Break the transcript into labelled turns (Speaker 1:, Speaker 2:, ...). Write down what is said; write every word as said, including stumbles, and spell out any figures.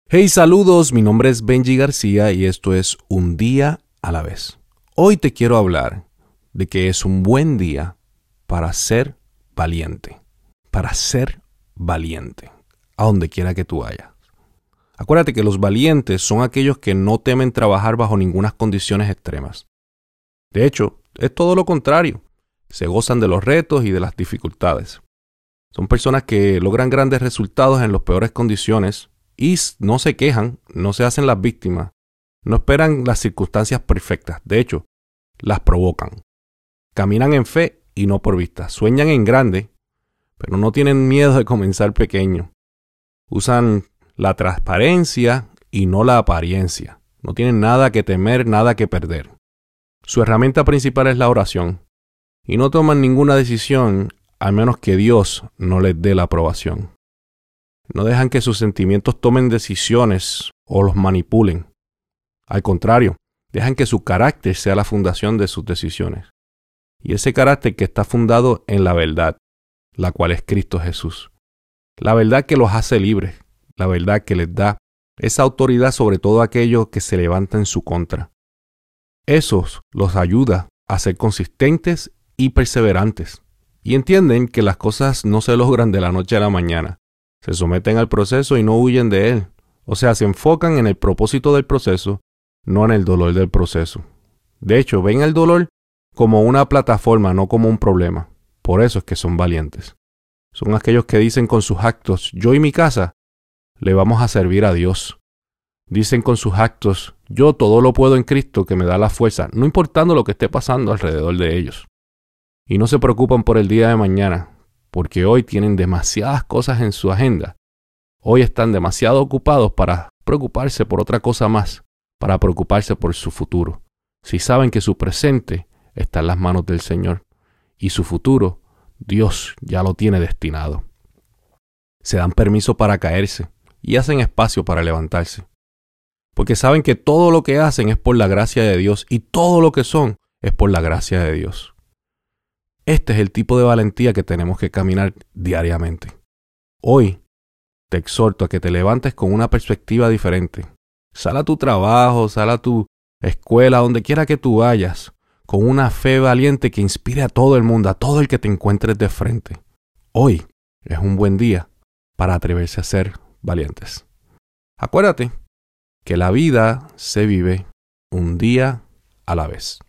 Speaker 1: Hey, saludos, mi nombre es Benji García y esto es Un Día a la Vez. Hoy te quiero hablar de que es un buen día para ser valiente, para ser valiente, a donde quiera que tú vayas. Acuérdate que los valientes son aquellos que no temen trabajar bajo ninguna condiciones extremas. De hecho, es todo lo contrario, se gozan de los retos y de las dificultades. Son personas que logran grandes resultados en las peores condiciones y no se quejan, no se hacen las víctimas, no esperan las circunstancias perfectas, de hecho, las provocan. Caminan en fe y no por vista, sueñan en grande, pero no tienen miedo de comenzar pequeño. Usan la transparencia y no la apariencia, no tienen nada que temer, nada que perder. Su herramienta principal es la oración y no toman ninguna decisión al menos que Dios no les dé la aprobación. No dejan que sus sentimientos tomen decisiones o los manipulen. Al contrario, dejan que su carácter sea la fundación de sus decisiones. Y ese carácter que está fundado en la verdad, la cual es Cristo Jesús. La verdad que los hace libres, la verdad que les da esa autoridad sobre todo aquello que se levanta en su contra. Eso los ayuda a ser consistentes y perseverantes. Y entienden que las cosas no se logran de la noche a la mañana. Se someten al proceso y no huyen de él. O sea, se enfocan en el propósito del proceso, no en el dolor del proceso. De hecho, ven el dolor como una plataforma, no como un problema. Por eso es que son valientes. Son aquellos que dicen con sus actos, yo y mi casa le vamos a servir a Dios. Dicen con sus actos, yo todo lo puedo en Cristo que me da la fuerza, no importando lo que esté pasando alrededor de ellos. Y no se preocupan por el día de mañana, porque hoy tienen demasiadas cosas en su agenda. Hoy están demasiado ocupados para preocuparse por otra cosa más, para preocuparse por su futuro. Si saben que su presente está en las manos del Señor y su futuro, Dios ya lo tiene destinado. Se dan permiso para caerse y hacen espacio para levantarse. Porque saben que todo lo que hacen es por la gracia de Dios y todo lo que son es por la gracia de Dios. Este es el tipo de valentía que tenemos que caminar diariamente. Hoy te exhorto a que te levantes con una perspectiva diferente. Sal a tu trabajo, sal a tu escuela, donde quiera que tú vayas, con una fe valiente que inspire a todo el mundo, a todo el que te encuentres de frente. Hoy es un buen día para atreverse a ser valientes. Acuérdate que la vida se vive un día a la vez.